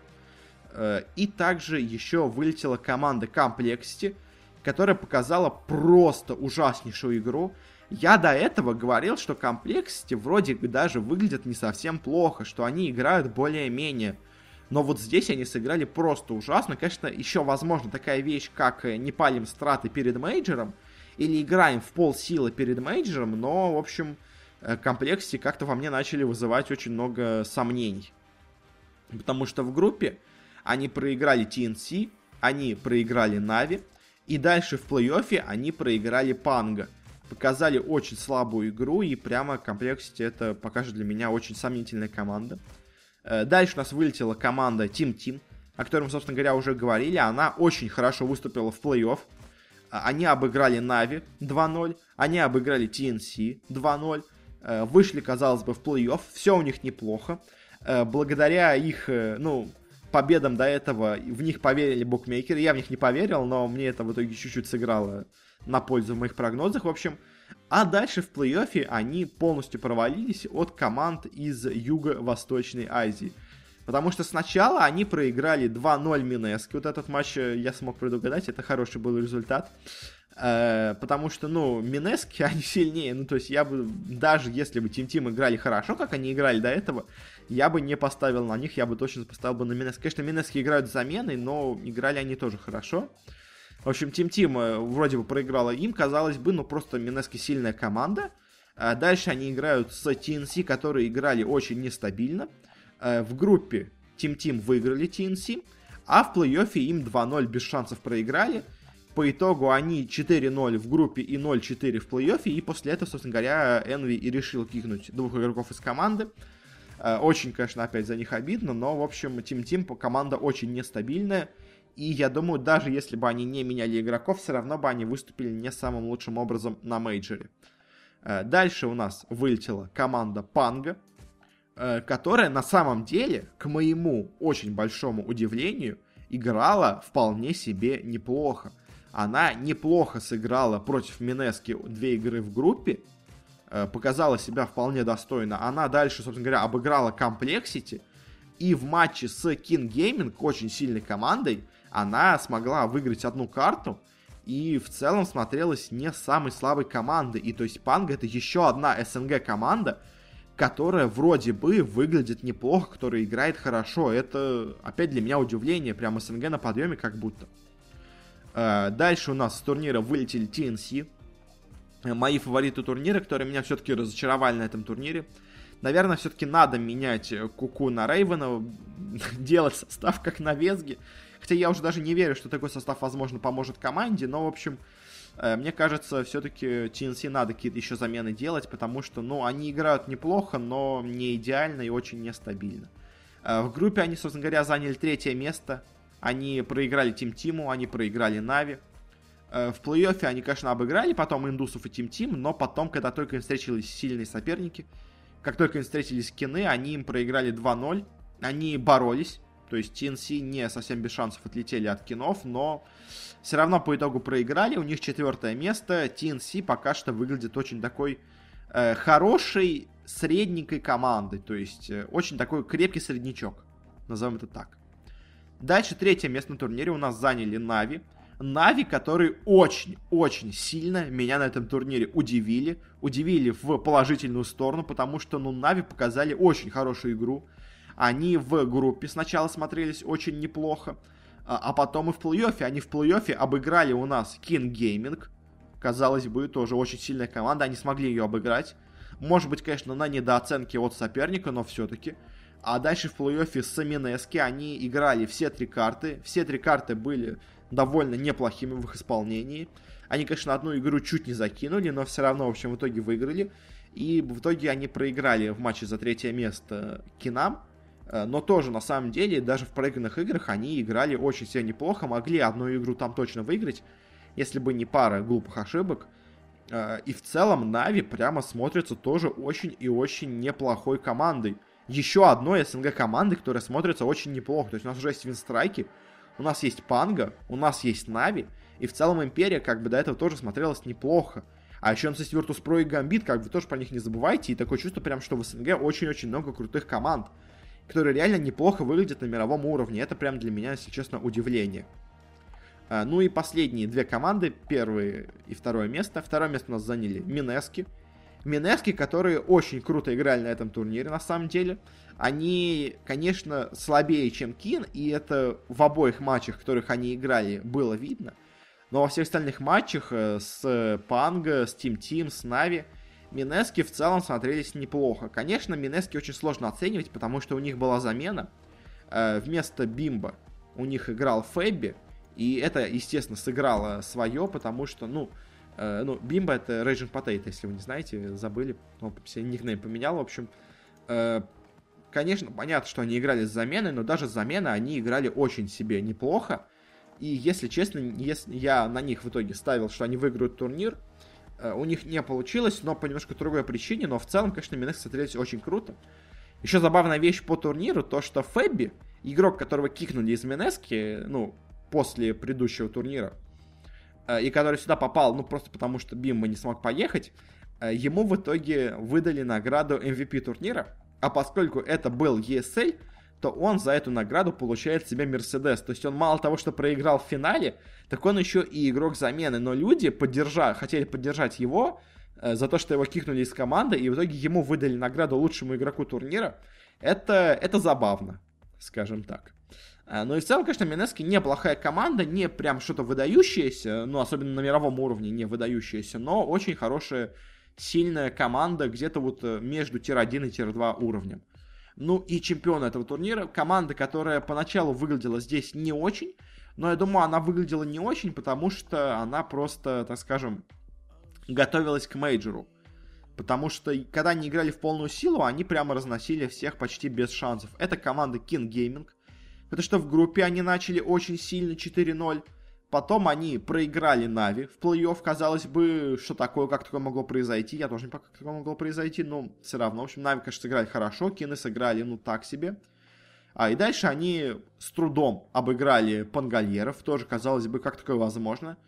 B: И также еще вылетела команда Complexity, которая показала просто ужаснейшую игру. Я до этого говорил, что Complexity вроде даже выглядят не совсем плохо, что они играют более-менее. Но вот здесь они сыграли просто ужасно. Конечно, еще возможно такая вещь, как не палим страты перед мейджором, или играем в полсилы перед мейджором, но, в общем, Complexity как-то во мне начали вызывать очень много сомнений. Потому что в группе они проиграли TNC, они проиграли Na'Vi, и дальше в плей-оффе они проиграли Pango. Показали очень слабую игру, и прямо Complexity это пока что для меня очень сомнительная команда. Дальше у нас вылетела команда Team Team, о которой мы, собственно говоря, уже говорили. Она очень хорошо выступила в плей-офф. Они обыграли Na'Vi 2-0, они обыграли TNC 2-0, вышли, казалось бы, в плей-офф. Все у них неплохо. Благодаря их, победам до этого в них поверили букмекеры. Я в них не поверил, но мне это в итоге чуть-чуть сыграло на пользу в моих прогнозах. В общем, а дальше в плей-оффе они полностью провалились от команд из Юго-Восточной Азии. Потому что сначала они проиграли 2-0 Минеске. Вот этот матч я смог предугадать, это хороший был результат. Потому что, Минески, они сильнее. То есть я бы, даже если бы Team играли хорошо, как они играли до этого, я бы не поставил на них, я бы точно поставил бы на Минески. Конечно, Минески играют с заменой, но играли они тоже хорошо. В общем, Team вроде бы проиграла им, казалось бы, просто Минески сильная команда. Дальше они играют с TNC, которые играли очень нестабильно. В группе Team выиграли TNC, а в плей-оффе им 2-0 без шансов проиграли. По итогу они 4-0 в группе и 0-4 в плей-оффе, и после этого, собственно говоря, Envy и решил кикнуть двух игроков из команды. Очень, конечно, опять за них обидно, но, в общем, Team команда очень нестабильная, и я думаю, даже если бы они не меняли игроков, все равно бы они выступили не самым лучшим образом на мейджоре. Дальше у нас вылетела команда Pango, которая на самом деле, к моему очень большому удивлению, играла вполне себе неплохо. Она неплохо сыграла против Минески 2 игры в группе, показала себя вполне достойно. Она дальше, собственно говоря, обыграла Complexity, и в матче с King Gaming, очень сильной командой, она смогла выиграть одну карту, и в целом смотрелась не самой слабой командой. И то есть Pango это еще одна СНГ команда, которая вроде бы выглядит неплохо, которая играет хорошо. Это опять для меня удивление, прям СНГ на подъеме как будто. Дальше у нас с турнира вылетели TNC. Мои фавориты турнира, которые меня все-таки разочаровали на этом турнире. Наверное, все-таки надо менять Куку на Рейвена, делать состав как на Везге. Хотя я уже даже не верю, что такой состав, возможно, поможет команде. Но, в общем, мне кажется, все-таки TNC надо какие-то еще замены делать, потому что, они играют неплохо, но не идеально и очень нестабильно. В группе они, собственно говоря, заняли 3-е место. Они проиграли Team, они проиграли Na'Vi. В плей-оффе они, конечно, обыграли потом индусов и Team, но потом, когда только им встретились сильные соперники, как только им встретились Кины, они им проиграли 2-0. Они боролись, то есть TNC не совсем без шансов отлетели от Кинов, но все равно по итогу проиграли. У них 4 место. TNC пока что выглядит очень такой хорошей, средненькой командой, то есть очень такой крепкий среднячок, назовем это так. Дальше 3 место на турнире у нас заняли Нави. Нави, которые очень-очень сильно меня на этом турнире удивили. Удивили в положительную сторону, потому что, Нави показали очень хорошую игру. Они в группе сначала смотрелись очень неплохо, а потом и в плей-оффе. Они в плей-оффе обыграли у нас King Gaming. Казалось бы, тоже очень сильная команда. Они смогли ее обыграть. Может быть, конечно, на недооценке от соперника, но все-таки. А дальше в плей-оффе с Минески они играли все 3 карты. Все 3 карты были довольно неплохими в их исполнении. Они, конечно, одну игру чуть не закинули, но все равно, в общем, в итоге выиграли. И в итоге они проиграли в матче за 3 место Кинам. Но тоже, на самом деле, даже в проигранных играх они играли очень сильно неплохо. Могли одну игру там точно выиграть, если бы не пара глупых ошибок. И в целом Нави прямо смотрится тоже очень и очень неплохой командой. Еще одной СНГ команды, которая смотрится очень неплохо. То есть у нас уже есть Винстрайки, у нас есть Панга, у нас есть Нави, и в целом Империя как бы до этого тоже смотрелась неплохо. А еще у нас есть Virtus.pro и Gambit, как бы тоже про них не забывайте, и такое чувство прям, что в СНГ очень-очень много крутых команд, которые реально неплохо выглядят на мировом уровне. Это прям для меня, если честно, удивление. Ну и последние 2 команды, 1 и 2 место. 2 место у нас заняли Минески. Минески, которые очень круто играли на этом турнире, на самом деле. Они, конечно, слабее, чем Кин, и это в обоих матчах, в которых они играли, было видно. Но во всех остальных матчах с Панго, с Team Team, с Нави, Минески в целом смотрелись неплохо. Конечно, Минески очень сложно оценивать, потому что у них была замена. Вместо Бимба у них играл Фэбби, и это, естественно, сыграло свое, потому что, Бимба это Raging Potato, если вы не знаете, забыли. Он себе никнейм поменял, в общем. Конечно, понятно, что они играли с заменой, но даже с заменой они играли очень себе неплохо. И, если честно, я на них в итоге ставил, что они выиграют турнир. У них не получилось, но по немножко другой причине. Но в целом, конечно, Минески смотрелись очень круто. Еще забавная вещь по турниру, то что Фэбби, игрок, которого кикнули из Минески, после предыдущего турнира, и который сюда попал, просто потому что Бимба не смог поехать, ему в итоге выдали награду MVP турнира, а поскольку это был ESL, то он за эту награду получает себе Мерседес. То есть он мало того, что проиграл в финале, так он еще и игрок замены. Но люди хотели поддержать его за то, что его кикнули из команды, и в итоге ему выдали награду лучшему игроку турнира. Это забавно, скажем так. Ну и в целом, конечно, Минески неплохая команда, не прям что-то выдающееся, особенно на мировом уровне не выдающееся, но очень хорошая, сильная команда, где-то между тир-1 и тир-2 уровнем. Ну и чемпион этого турнира, команда, которая поначалу выглядела здесь не очень, но я думаю, она выглядела не очень, потому что она просто, так скажем, готовилась к мейджору. Потому что, когда они играли в полную силу, они прямо разносили всех почти без шансов. Это команда King Gaming, потому что в группе они начали очень сильно 4-0. Потом они проиграли Нави в плей-офф. Казалось бы, что такое, как такое могло произойти. Я тоже не понимаю, как такое могло произойти, но все равно. В общем, Нави, конечно, сыграли хорошо, Кины сыграли, так себе. И дальше они с трудом обыграли Пангальеров. Тоже, казалось бы, как такое возможно.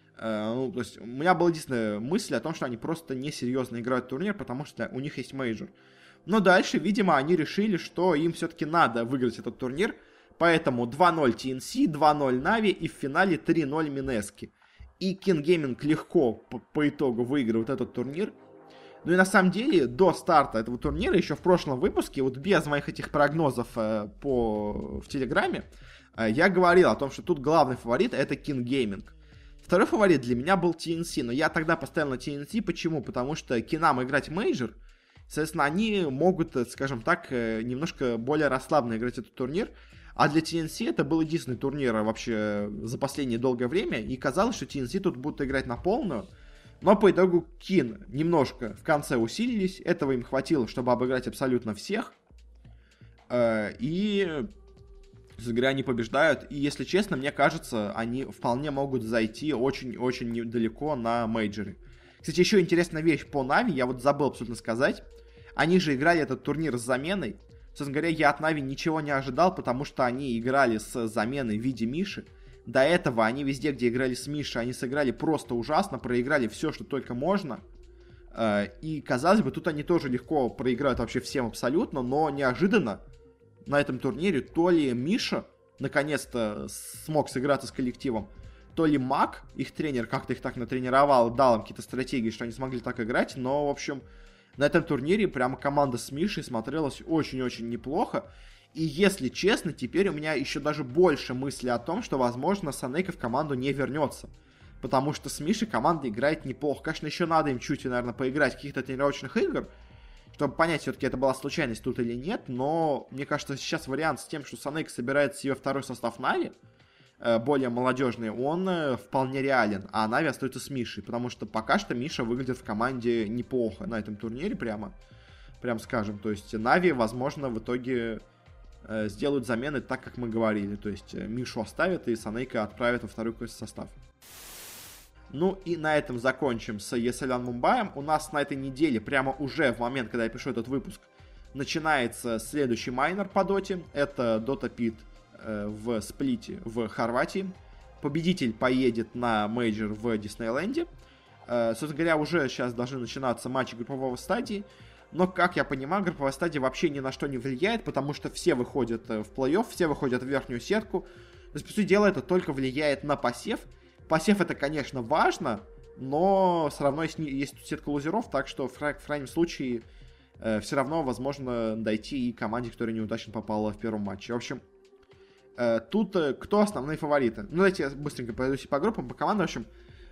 B: То есть, у меня была единственная мысль о том, что они просто несерьезно играют турнир, потому что у них есть мейджор. Но дальше, видимо, они решили, что им все-таки надо выиграть этот турнир. Поэтому 2-0 TNC, 2-0 Na'Vi и в финале 3-0 Минески. И King Gaming легко по итогу выигрывает этот турнир. Ну и на самом деле, до старта этого турнира, еще в прошлом выпуске, без моих этих прогнозов в Телеграме, я говорил о том, что тут главный фаворит это King Gaming. Второй фаворит для меня был TNC, но я тогда поставил на TNC. Почему? Потому что Кинам играть мейджор, соответственно, они могут, скажем так, немножко более расслабленно играть этот турнир. А для TNC это был единственный турнир вообще за последнее долгое время, и казалось, что TNC тут будут играть на полную. Но по итогу Кин немножко в конце усилились, этого им хватило, чтобы обыграть абсолютно всех. И с игры они побеждают, и если честно, мне кажется, они вполне могут зайти очень-очень недалеко на мейджоре. Кстати, еще интересная вещь по Нави, я забыл абсолютно сказать. Они же играли этот турнир с заменой. Собственно говоря, я от Нави ничего не ожидал, потому что они играли с заменой в виде Миши. До этого они везде, где играли с Мишей, они сыграли просто ужасно, проиграли все, что только можно. И, казалось бы, тут они тоже легко проиграют вообще всем абсолютно, но неожиданно на этом турнире то ли Миша наконец-то смог сыграться с коллективом, то ли Мак, их тренер, как-то их так натренировал, дал им какие-то стратегии, что они смогли так играть, но, в общем, на этом турнире прямо команда с Мишей смотрелась очень-очень неплохо. И если честно, теперь у меня еще даже больше мысли о том, что, возможно, Санейка в команду не вернется. Потому что с Мишей команда играет неплохо. Конечно, еще надо им чуть, наверное, поиграть в каких-то тренировочных игр, чтобы понять, все-таки это была случайность тут или нет. Но, мне кажется, сейчас вариант с тем, что Санейка собирает себе второй состав Нави, более молодежный, он вполне реален. А Нави остается с Мишей. Потому что пока что Миша выглядит в команде неплохо на этом турнире, прям скажем. То есть Нави, возможно, в итоге сделают замены так, как мы говорили. То есть Мишу оставят и Санейка отправят во второй состав. Ну и на этом закончим с ESL Мумбаем. У нас на этой неделе, прямо уже в момент, когда я пишу этот выпуск, начинается следующий майнер по доте. Это Dota Pit в Сплите в Хорватии. Победитель поедет на мейджор в Диснейленде. Собственно говоря, уже сейчас должны начинаться матчи групповой стадии. Но, как я понимаю, групповая стадия вообще ни на что не влияет, потому что все выходят в плей-офф, все выходят в верхнюю сетку. То есть, по сути дела, это только влияет на посев. Посев это, конечно, важно, но все равно есть сетка лузеров, так что в крайнем случае все равно возможно дойти и команде, которая неудачно попала в первом матче. В общем, тут кто основные фавориты? Ну, давайте я быстренько пройдусь по группам, по командам. В общем,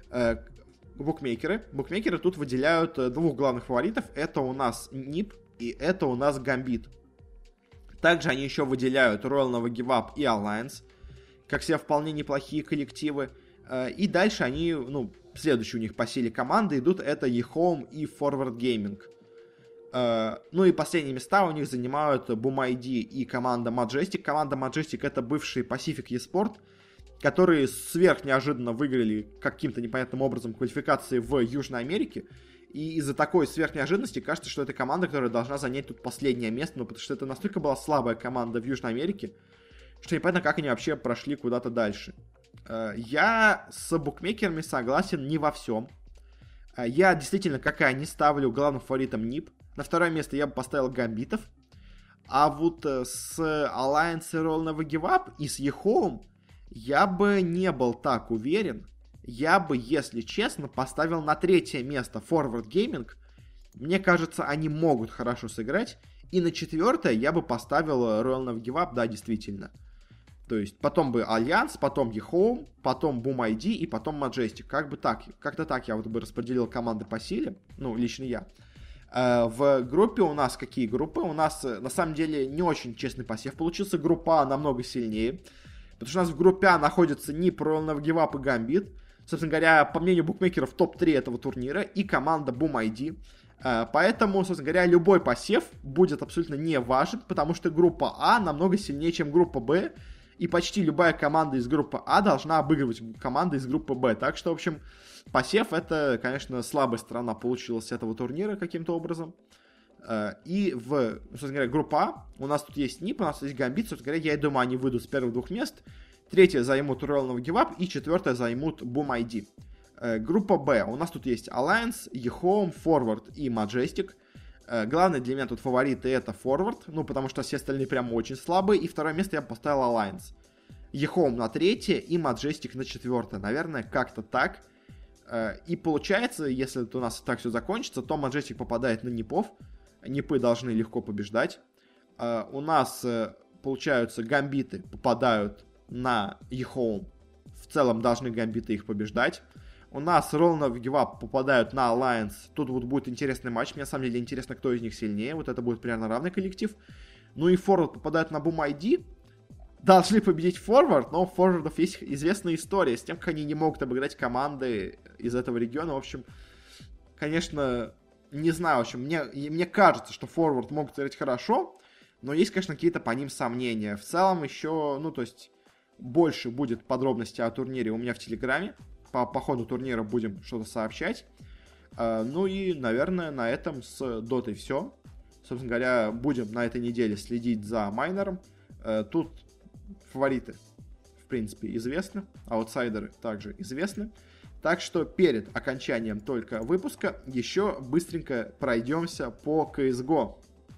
B: букмекеры. Букмекеры тут выделяют двух главных фаворитов. Это у нас НИП и это у нас Гамбит. Также они еще выделяют Royal Nova Give Up и Alliance, как все вполне неплохие коллективы. И дальше они, следующие у них по силе команды идут, это eHome и Forward Gaming. Ну и последние места у них занимают Boom ID и команда Majestic. Команда Majestic это бывший Pacific eSport, которые сверх неожиданно выиграли каким-то непонятным образом квалификации в Южной Америке. И из-за такой сверхнеожиданности кажется, что это команда, которая должна занять тут последнее место, потому что это настолько была слабая команда в Южной Америке, что непонятно, как они вообще прошли куда-то дальше. Я с букмекерами согласен не во всем. Я действительно, как и они, ставлю главным фаворитом НИП. На второе место я бы поставил Гамбитов. А вот с Alliance и Royal Nova Give Up и с eHome я бы не был так уверен. Я бы, если честно, поставил на третье место Forward Gaming. Мне кажется, они могут хорошо сыграть. И на четвертое я бы поставил Royal Nova Give Up, да, действительно. То есть потом бы Альянс, потом eHome, потом Boom ID и потом Majestic. Как-то так я вот бы распределил команды по силе. Ну, лично я. В группе у нас какие группы? У нас, на самом деле, не очень честный посев получился. Группа А намного сильнее. Потому что у нас в группе А находятся НИП, Royal Nova Give Up и Gambit. Собственно говоря, по мнению букмекеров, топ-3 этого турнира. И команда Boom ID. Поэтому, собственно говоря, любой посев будет абсолютно не важен. Потому что группа А намного сильнее, чем группа Б. И почти любая команда из группы А должна обыгрывать команду из группы Б. Так что, в общем, посев это, конечно, слабая сторона получилась с этого турнира каким-то образом. И собственно говоря, группа А, у нас тут есть НИП, у нас есть Гамбит. Собственно говоря, я думаю, они выйдут с первых двух мест. Третье займут Royal Nova Give Up и четвертое займут Boom ID. Группа Б, у нас тут есть Alliance, eHome, Forward и Majestic. Главное для меня тут фавориты это Forward, потому что все остальные прям очень слабые. И второе место я поставил Alliance. eHome на третье и Majestic на четвертое. Наверное, как-то так. И получается, если у нас так все закончится, то Majestic попадает на НИПов. НИПы должны легко побеждать. У нас, получаются, Гамбиты попадают на eHome. В целом должны Гамбиты их побеждать. У нас Royal Nova Give Up попадают на Alliance. Тут вот будет интересный матч. Мне на самом деле интересно, кто из них сильнее. Вот это будет примерно равный коллектив. Ну и Forward попадают на Boom ID. Должны победить Forward, но у Forwardов есть известная история с тем, как они не могут обыграть команды из этого региона. В общем, конечно, не знаю. В общем, мне кажется, что Forward могут играть хорошо, но есть, конечно, какие-то по ним сомнения. В целом еще, то есть, больше будет подробностей о турнире у меня в Телеграме. По ходу турнира будем что-то сообщать. Ну и, наверное, на этом с Дотой все. Собственно говоря, будем на этой неделе следить за майнером. Тут фавориты, в принципе, известны, аутсайдеры также известны. Так что перед окончанием только выпуска еще быстренько пройдемся по CSGO.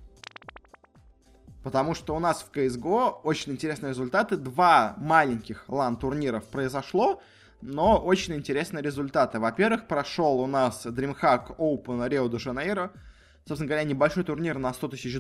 B: Потому что у нас в CSGO очень интересные результаты. 2 маленьких LAN-турниров произошло, но очень интересные результаты. Во-первых, прошел у нас DreamHack Open Рио-де-Жанейро. Собственно говоря, небольшой турнир на $100 000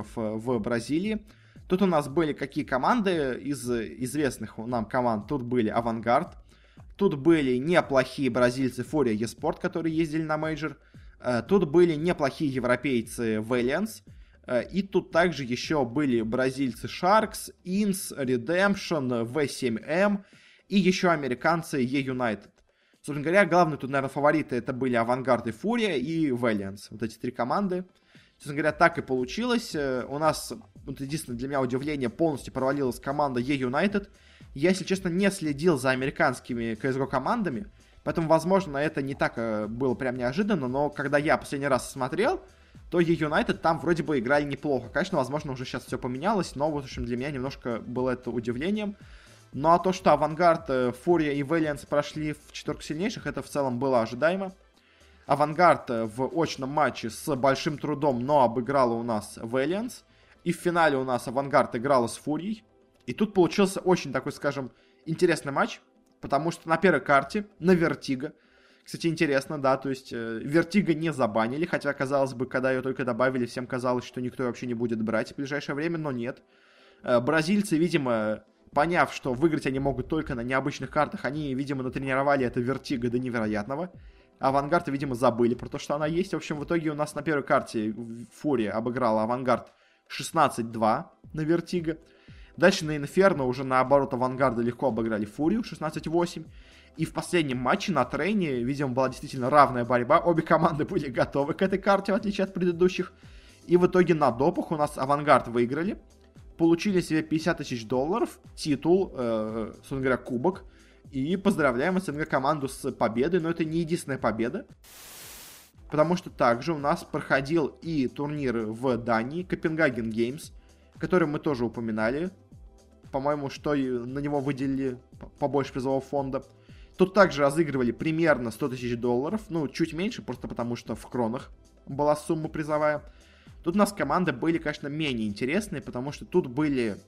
B: в Бразилии. Тут у нас были какие команды из известных нам команд. Тут были Авангард. Тут были неплохие бразильцы Furia eSport, которые ездили на мейджор. Тут были неплохие европейцы Valiance. И тут также еще были бразильцы Sharks, INS, Redemption, V7M и еще американцы E-United. Собственно говоря, главные тут, наверное, фавориты это были Авангард и Furia и Valiance. Вот эти 3 команды. Собственно говоря, так и получилось. У нас, вот единственное для меня удивление, полностью провалилась команда E-United. Я, если честно, не следил за американскими CSGO командами, поэтому, возможно, это не так было прям неожиданно, но когда я последний раз смотрел, то E-United там вроде бы играли неплохо. Конечно, возможно, уже сейчас все поменялось, но, в общем, для меня немножко было это удивлением. Ну а то, что Авангард, Furia и Valiance прошли в 4 сильнейших, это в целом было ожидаемо. Авангард в очном матче с большим трудом, но обыграла у нас Valiance. И в финале у нас Авангард играла с Фурией. И тут получился очень такой, скажем, интересный матч, потому что на первой карте, на Vertigo, кстати, интересно, да, то есть Vertigo не забанили, хотя, казалось бы, когда ее только добавили, всем казалось, что никто вообще не будет брать в ближайшее время, но нет. Бразильцы, видимо, поняв, что выиграть они могут только на необычных картах, они, видимо, натренировали это Vertigo до невероятного. Авангард, видимо, забыли про то, что она есть. В общем, в итоге у нас на первой карте Фурия обыграла Авангард 16-2 на Vertigo. Дальше на Инферно уже наоборот Авангарда легко обыграли Фурию 16-8. И в последнем матче на Трейне, видимо, была действительно равная борьба. Обе команды были готовы к этой карте, в отличие от предыдущих. И в итоге на допах у нас Авангард выиграли. Получили себе $50 000, титул, собственно говоря, кубок. И поздравляем СНГ команду с победой, но это не единственная победа. Потому что также у нас проходил и турнир в Дании, Копенгаген Геймс, который мы тоже упоминали. По-моему, что на него выделили побольше призового фонда. Тут также разыгрывали примерно $100 000, ну, чуть меньше, просто потому что в кронах была сумма призовая. Тут у нас команды были, конечно, менее интересные, потому что тут были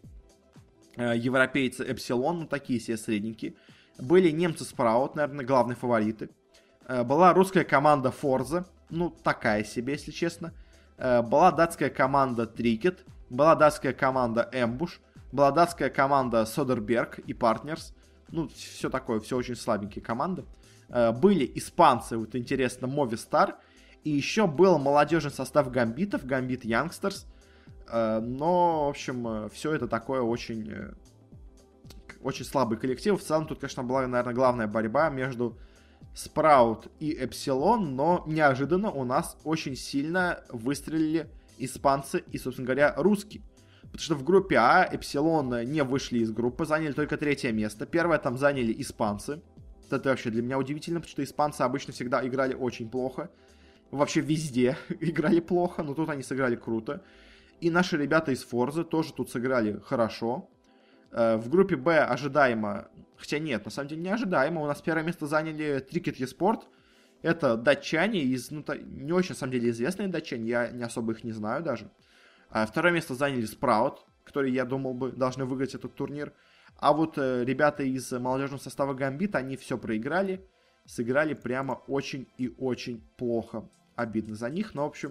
B: европейцы Эпсилон, ну, такие себе средненькие. Были немцы Sprout, наверное, главные фавориты. Была русская команда Forza, ну, такая себе, если честно. Была датская команда Tricket, была датская команда Ambush, была датская команда Soderberg и Partners. Ну, все такое, все очень слабенькие команды. Были испанцы, вот интересно, Movistar. И еще был молодежный состав Гамбитов, Гамбит Youngsters. Но, в общем, все это такое очень слабый коллектив. В целом тут, конечно, была, наверное, главная борьба между Sprout и Epsilon, но неожиданно у нас очень сильно выстрелили испанцы и, собственно говоря, русские. Потому что в группе А Epsilon не вышли из группы, заняли только 3-е место. Первое там заняли испанцы. Это вообще для меня удивительно, потому что испанцы обычно всегда играли очень плохо. Вообще везде играли плохо, но тут они сыграли круто. И наши ребята из Forza тоже тут сыграли хорошо. В группе Б ожидаемо, хотя нет, на самом деле не ожидаемо. У нас первое место заняли Tricket eSport. Это датчане из, ну, не очень, на самом деле, известные датчане, я не особо их не знаю даже. Второе место заняли Sprout, которые, я думал бы, должны выиграть этот турнир. А вот ребята из молодежного состава Гамбит, они все проиграли. Сыграли прямо очень и очень плохо. Обидно за них, но, в общем,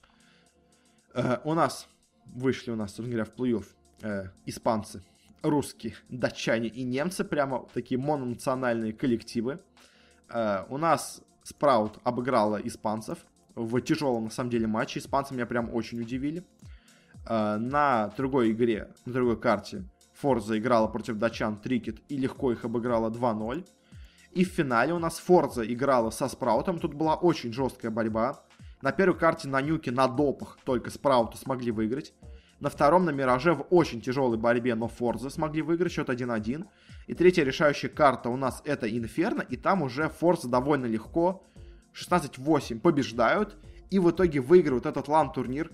B: у нас вышли, собственно говоря, в плей-офф испанцы, русские, датчане и немцы. Прямо такие мононациональные коллективы. У нас Sprout обыграла испанцев в тяжелом, на самом деле, матче. Испанцы меня прям очень удивили. На другой игре, на другой карте Forza играла против датчан Tricket и легко их обыграла 2-0. И в финале у нас Forza играла со Спраутом. Тут была очень жесткая борьба. На первой карте на Нюке, на допах только Спрауту смогли выиграть. На втором на Мираже в очень тяжелой борьбе, но Forza смогли выиграть, счет 1-1. И третья решающая карта у нас это Инферно. И там уже Forza довольно легко 16-8 побеждают. И в итоге выигрывают этот LAN-турнир.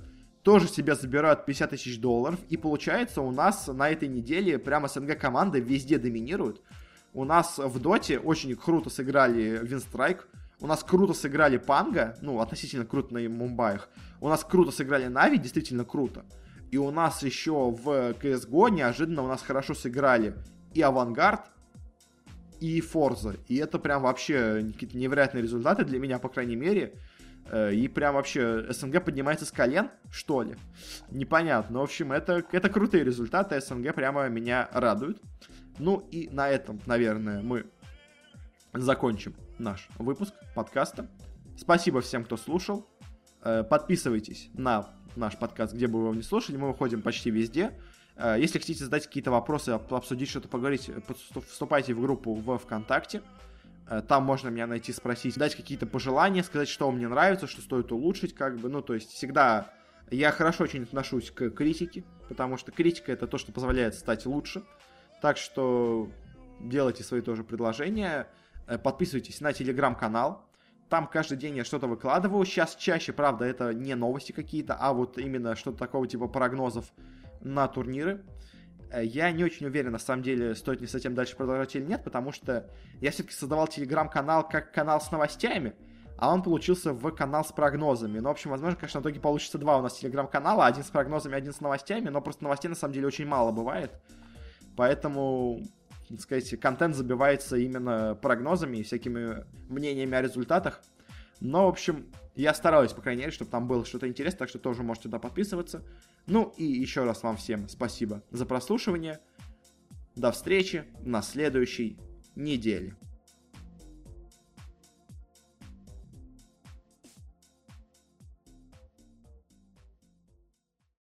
B: тоже себе забирают $50 тысяч, и получается у нас на этой неделе прямо СНГ команды везде доминируют. У нас в Доте очень круто сыграли Винстрайк, у нас круто сыграли Панга, ну, относительно круто на Мумбаях, у нас круто сыграли Нави, действительно круто, и у нас еще в CSGO неожиданно у нас хорошо сыграли и Авангард, и Форза, и это прям вообще какие-то невероятные результаты для меня, по крайней мере. И прям вообще СНГ поднимается с колен, что ли? Непонятно. В общем, это крутые результаты. СНГ прямо меня радует. Ну и на этом, наверное, мы закончим наш выпуск подкаста. Спасибо всем, кто слушал. Подписывайтесь на наш подкаст, где бы вы его не слушали. Мы выходим почти везде. Если хотите задать какие-то вопросы, обсудить что-то, поговорить, вступайте в группу в ВКонтакте. Там можно меня найти, спросить, дать какие-то пожелания, сказать, что мне нравится, что стоит улучшить, как бы, ну, то есть всегда я хорошо очень отношусь к критике, потому что критика — это то, что позволяет стать лучше, так что делайте свои тоже предложения, подписывайтесь на телеграм-канал, там каждый день я что-то выкладываю, сейчас чаще, правда, это не новости какие-то, а вот именно что-то такого типа прогнозов на турниры. Я не очень уверен, на самом деле, стоит ли с этим дальше продолжать или нет, потому что я все-таки создавал телеграм-канал как канал с новостями, а он получился в канал с прогнозами. Ну, в общем, возможно, конечно, в итоге получится два у нас телеграм-канала, один с прогнозами, один с новостями, но просто новостей, на самом деле, очень мало бывает. Поэтому, так сказать, контент забивается именно прогнозами и всякими мнениями о результатах. Но, в общем, я стараюсь, по крайней мере, чтобы там было что-то интересное, так что тоже можете туда подписываться. Ну и еще раз вам всем спасибо за прослушивание. До встречи на следующей неделе.